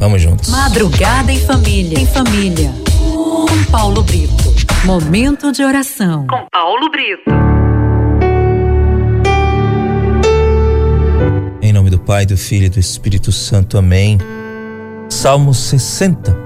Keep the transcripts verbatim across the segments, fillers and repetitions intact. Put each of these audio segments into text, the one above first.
Vamos juntos. Madrugada em família. Em família. Com Paulo Brito. Momento de oração. Com Paulo Brito. Em nome do Pai, do Filho e do Espírito Santo. Amém. Salmo sessenta.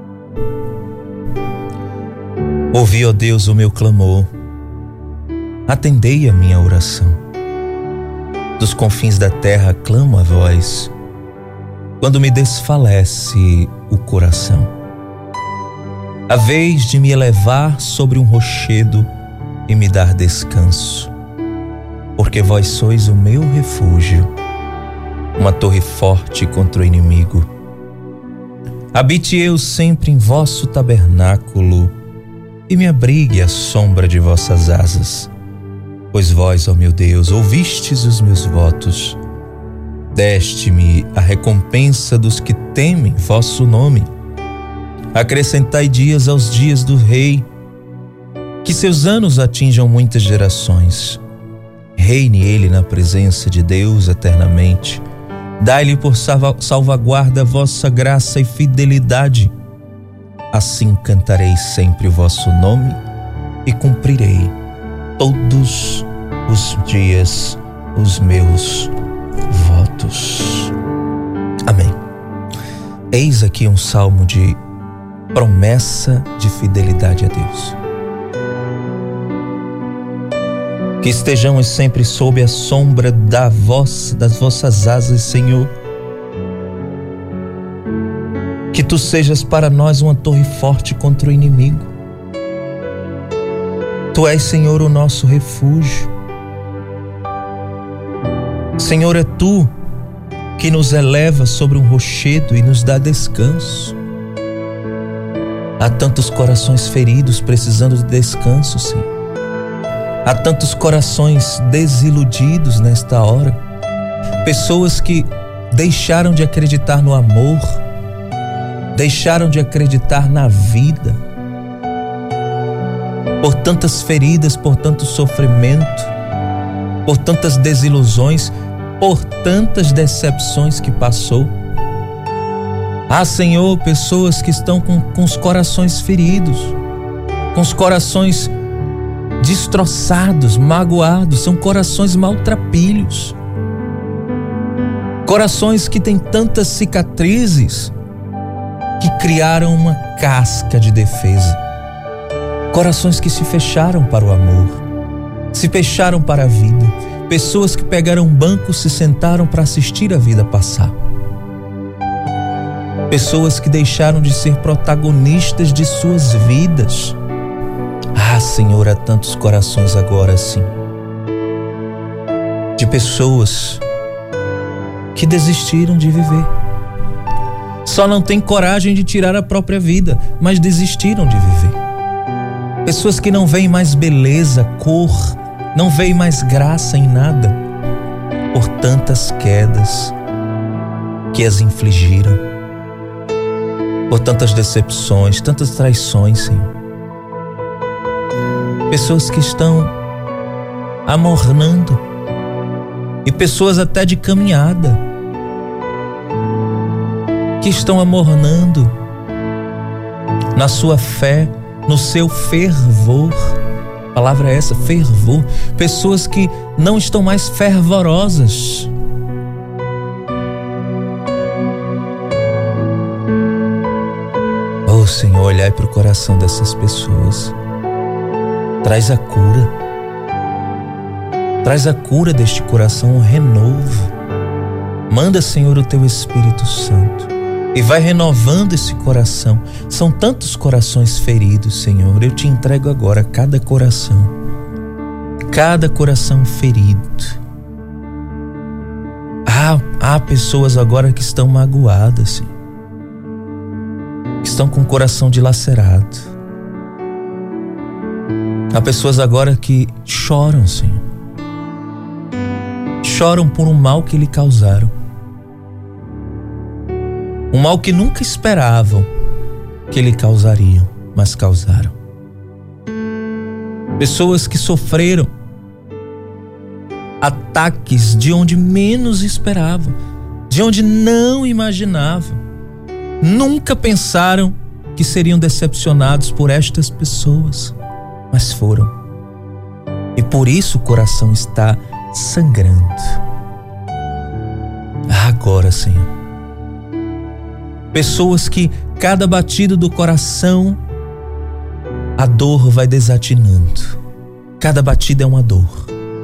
Ouvi, ó Deus, o meu clamor. Atendei a minha oração. Dos confins da terra clamo a vós, quando me desfalece o coração. A vez de me elevar sobre um rochedo e me dar descanso, porque vós sois o meu refúgio, uma torre forte contra o inimigo. Habite eu sempre em vosso tabernáculo e me abrigue à sombra de vossas asas. Pois vós, ó meu Deus, ouvistes os meus votos. Deste-me a recompensa dos que temem vosso nome. Acrescentai dias aos dias do rei, que seus anos atinjam muitas gerações. Reine ele na presença de Deus eternamente. Dai-lhe por salvaguarda vossa graça e fidelidade. Assim cantarei sempre o vosso nome e cumprirei todos os dias os meus votos. Amém. Eis aqui um salmo de promessa de fidelidade a Deus. Que estejamos sempre sob a sombra da vossa, das vossas asas, Senhor. Que tu sejas para nós uma torre forte contra o inimigo. Tu és, Senhor, o nosso refúgio. Senhor, é Tu que nos eleva sobre um rochedo e nos dá descanso. Há tantos corações feridos precisando de descanso, Senhor. Há tantos corações desiludidos nesta hora. Pessoas que deixaram de acreditar no amor, deixaram de acreditar na vida. Por tantas feridas, por tanto sofrimento, por tantas desilusões, por tantas decepções que passou. Ah, Senhor, pessoas que estão com, com os corações feridos, com os corações destroçados, magoados, são corações maltrapilhos. Corações que têm tantas cicatrizes que criaram uma casca de defesa. Corações que se fecharam para o amor, se fecharam para a vida. Pessoas que pegaram um banco, se sentaram para assistir a vida passar. Pessoas que deixaram de ser protagonistas de suas vidas. Ah, Senhor, há tantos corações agora assim. De pessoas que desistiram de viver. Só não têm coragem de tirar a própria vida, mas desistiram de viver. Pessoas que não veem mais beleza, cor, não veem mais graça em nada, por tantas quedas que as infligiram, por tantas decepções, tantas traições, Senhor. Pessoas que estão amornando, e pessoas até de caminhada, que estão amornando na sua fé, no seu fervor. A palavra é essa, fervor. Pessoas que não estão mais fervorosas. Oh, Senhor, olhai para o coração dessas pessoas. Traz a cura. Traz a cura deste coração, um renovo. Manda, Senhor, o Teu Espírito Santo e vai renovando esse coração. São tantos corações feridos, Senhor. Eu te entrego agora cada coração, cada coração ferido. Há, há pessoas agora que estão magoadas, Senhor, que estão com o coração dilacerado. Há pessoas agora que choram, Senhor. Choram por um mal que lhe causaram. Um mal que nunca esperavam que lhe causariam, mas causaram. Pessoas que sofreram ataques de onde menos esperavam, de onde não imaginavam. nunca pensaram que seriam decepcionados por estas pessoas, mas foram. E por isso o coração está sangrando. Agora, Senhor, pessoas que cada batido do coração, a dor vai desatinando. Cada batida é uma dor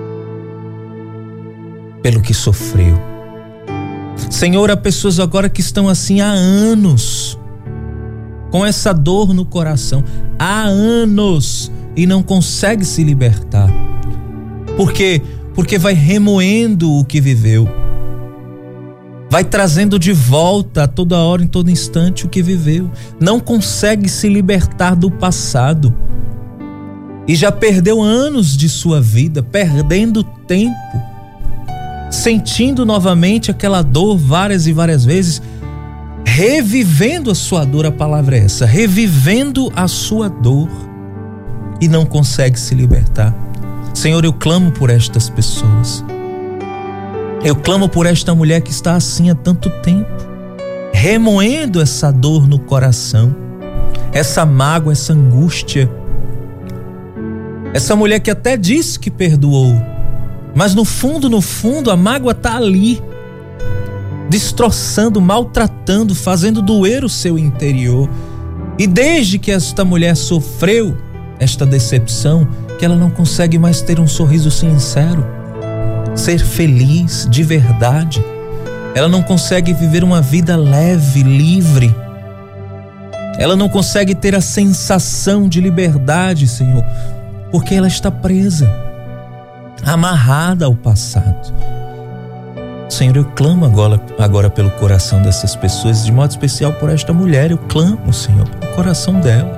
pelo que sofreu. Senhor, há pessoas agora que estão assim há anos, com essa dor no coração, há anos, e não consegue se libertar. Por quê? Porque vai remoendo o que viveu, vai trazendo de volta a toda hora, em todo instante, o que viveu. Não consegue se libertar do passado e já perdeu anos de sua vida, perdendo tempo, sentindo novamente aquela dor várias e várias vezes, revivendo a sua dor. A palavra é essa, revivendo a sua dor, e não consegue se libertar. Senhor, eu clamo por estas pessoas. Eu clamo por esta mulher que está assim há tanto tempo, remoendo essa dor no coração, essa mágoa, essa angústia. Essa mulher que até disse que perdoou, mas no fundo, no fundo, a mágoa está ali, destroçando, maltratando, fazendo doer o seu interior. E desde que esta mulher sofreu esta decepção, que ela não consegue mais ter um sorriso sincero, ser feliz de verdade. Ela não consegue viver uma vida leve, livre. Ela não consegue ter a sensação de liberdade, Senhor, porque ela está presa, amarrada ao passado. Senhor, eu clamo agora, agora pelo coração dessas pessoas, de modo especial por esta mulher. Eu clamo, Senhor, pelo coração dela.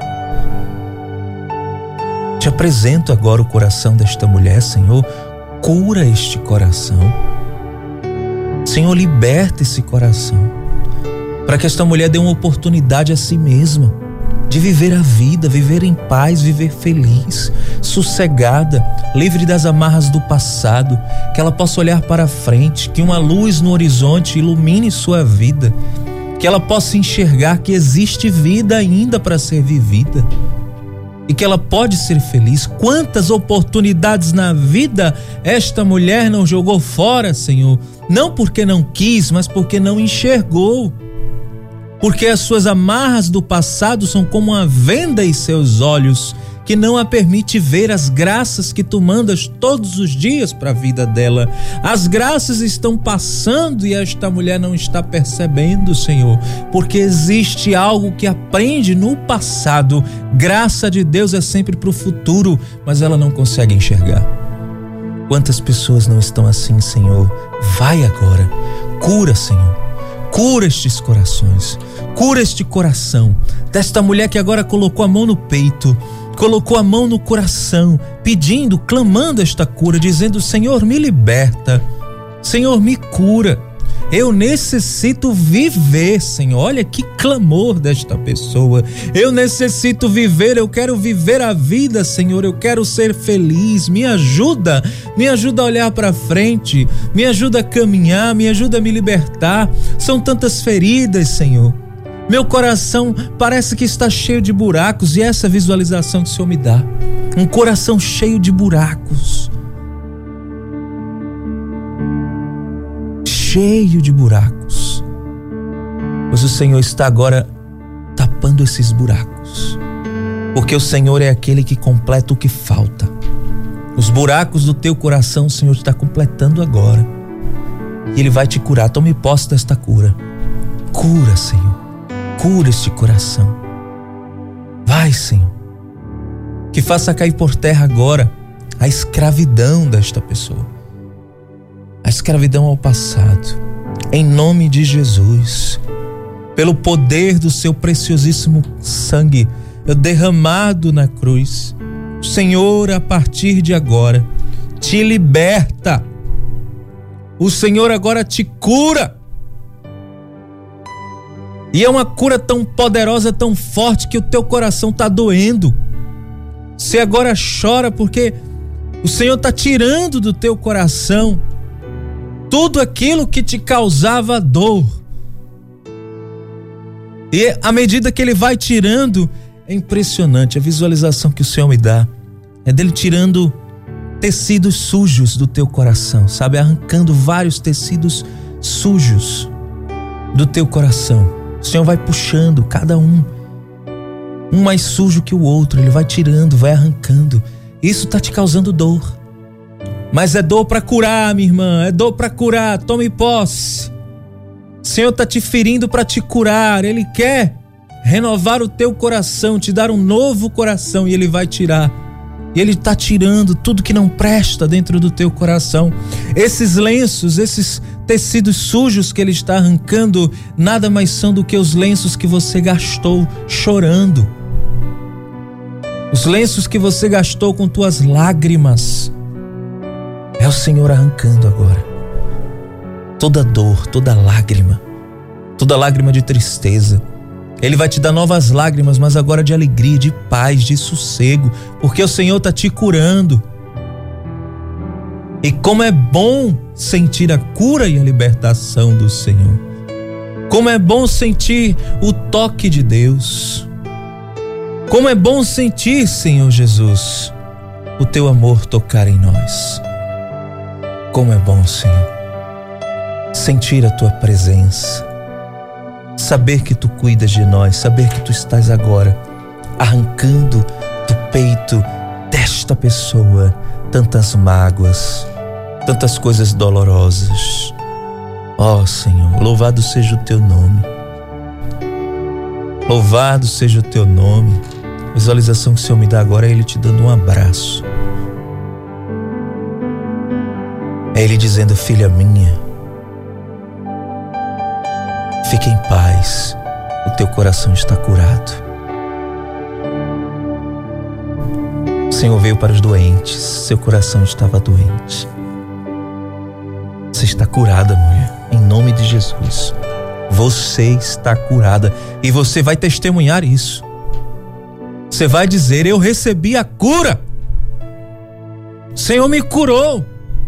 Te apresento agora o coração desta mulher, Senhor. Cura este coração. Senhor, liberta esse coração, para que esta mulher dê uma oportunidade a si mesma de viver a vida, viver em paz, viver feliz, sossegada, livre das amarras do passado, que ela possa olhar para frente, que uma luz no horizonte ilumine sua vida, que ela possa enxergar que existe vida ainda para ser vivida e que ela pode ser feliz. Quantas oportunidades na vida esta mulher não jogou fora, Senhor, não porque não quis, mas porque não enxergou. Porque as suas amarras do passado são como uma venda em seus olhos, que não a permite ver as graças que tu mandas todos os dias para a vida dela. As graças estão passando e esta mulher não está percebendo, Senhor, porque existe algo que aprende no passado. Graça de Deus é sempre para o futuro, mas ela não consegue enxergar. Quantas pessoas não estão assim, Senhor? Vai agora, cura, Senhor. Cura estes corações, cura este coração desta mulher que agora colocou a mão no peito, colocou a mão no coração, pedindo, clamando esta cura, dizendo: Senhor, me liberta, Senhor, me cura, eu necessito viver, Senhor. Olha que clamor desta pessoa. Eu necessito viver, eu quero viver a vida, Senhor, eu quero ser feliz. Me ajuda, me ajuda a olhar para frente, me ajuda a caminhar, me ajuda a me libertar. São tantas feridas, Senhor. Meu coração parece que está cheio de buracos, e essa visualização que o Senhor me dá, um coração cheio de buracos, cheio de buracos, pois o Senhor está agora tapando esses buracos, porque o Senhor é aquele que completa o que falta. Os buracos do teu coração o Senhor está completando agora, e Ele vai te curar. Tome posse desta cura. Cura, Senhor, cura este coração. Vai, Senhor, que faça cair por terra agora a escravidão desta pessoa, a escravidão ao passado, em nome de Jesus, pelo poder do seu preciosíssimo sangue derramado na cruz. O Senhor, a partir de agora, te liberta. O Senhor agora te cura. E é uma cura tão poderosa, tão forte, que o teu coração está doendo. Você agora chora porque o Senhor está tirando do teu coração tudo aquilo que te causava dor. E à medida que ele vai tirando, é impressionante a visualização que o Senhor me dá. É dele tirando tecidos sujos do teu coração, sabe? Arrancando vários tecidos sujos do teu coração. O Senhor vai puxando cada um, um mais sujo que o outro. Ele vai tirando, vai arrancando. Isso está te causando dor. Mas é dor para curar, minha irmã. É dor para curar. Tome posse. O Senhor está te ferindo para te curar. Ele quer renovar o teu coração, te dar um novo coração, e Ele vai tirar. E Ele está tirando tudo que não presta dentro do teu coração. Esses lenços, esses tecidos sujos que Ele está arrancando, nada mais são do que os lenços que você gastou chorando. Os lenços que você gastou com tuas lágrimas. É o Senhor arrancando agora. Toda dor, toda lágrima, toda lágrima de tristeza. Ele vai te dar novas lágrimas, mas agora de alegria, de paz, de sossego, porque o Senhor está te curando. E como é bom sentir a cura e a libertação do Senhor. Como é bom sentir o toque de Deus. Como é bom sentir, Senhor Jesus, o teu amor tocar em nós. Como é bom, Senhor, sentir a tua presença, saber que tu cuidas de nós, saber que tu estás agora arrancando do peito desta pessoa tantas mágoas, tantas coisas dolorosas. Ó Senhor, louvado seja o teu nome. Louvado seja o teu nome. A visualização que o Senhor me dá agora é Ele te dando um abraço. É Ele dizendo: filha minha, fique em paz, o teu coração está curado. O Senhor veio para os doentes, seu coração estava doente. Você está curada, mulher, em nome de Jesus. Você está curada e você vai testemunhar isso. Você vai dizer: eu recebi a cura. O Senhor me curou.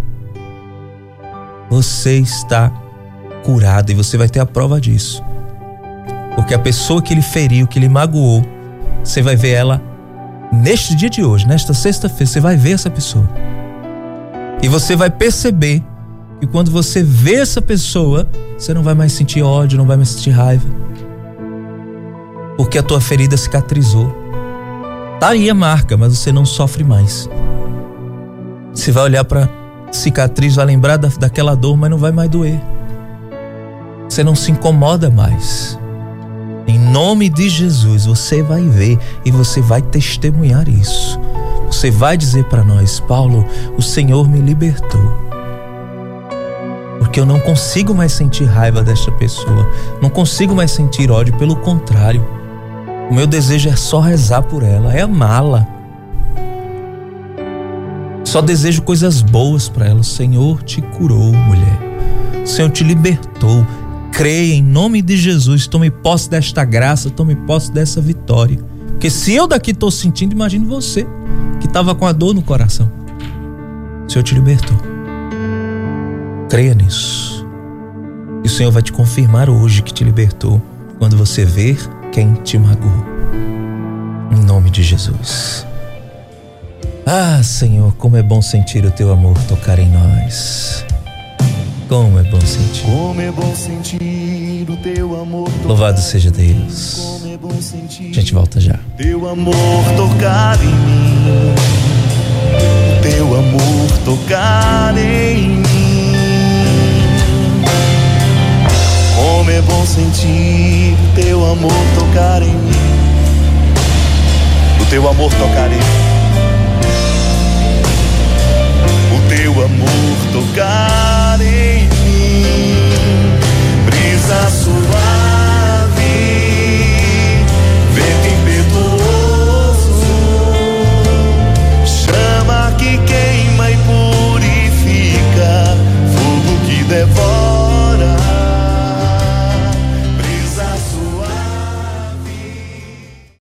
Você está curado e você vai ter a prova disso. Porque a pessoa que Ele feriu, que Ele magoou, você vai ver ela neste dia de hoje, nesta sexta-feira. Você vai ver essa pessoa. E você vai perceber que quando você vê essa pessoa, você não vai mais sentir ódio, não vai mais sentir raiva. Porque a tua ferida cicatrizou. Tá aí a marca, mas você não sofre mais. Você vai olhar para cicatriz, vai lembrar da, daquela dor, mas não vai mais doer. Você não se incomoda mais. Em nome de Jesus, você vai ver e você vai testemunhar isso. Você vai dizer para nós: Paulo, o Senhor me libertou. Porque eu não consigo mais sentir raiva desta pessoa. Não consigo mais sentir ódio, pelo contrário. O meu desejo é só rezar por ela, é amá-la. Só desejo coisas boas para ela. O Senhor te curou, mulher. O Senhor te libertou. Creia em nome de Jesus. Tome posse desta graça, tome posse dessa vitória. Porque se eu daqui estou sentindo, imagine você que estava com a dor no coração. O Senhor te libertou. Creia nisso. E o Senhor vai te confirmar hoje que te libertou, quando você ver quem te magoou. Em nome de Jesus. Ah, Senhor, como é bom sentir o teu amor tocar em nós. Como é bom sentir. Como é bom sentir o teu amor tocar. Louvado seja Deus. Como é bom sentir. A gente volta já. Teu amor tocar em mim. O teu amor tocar em mim. Como é bom sentir o teu amor tocar em mim. O teu amor tocar em mim.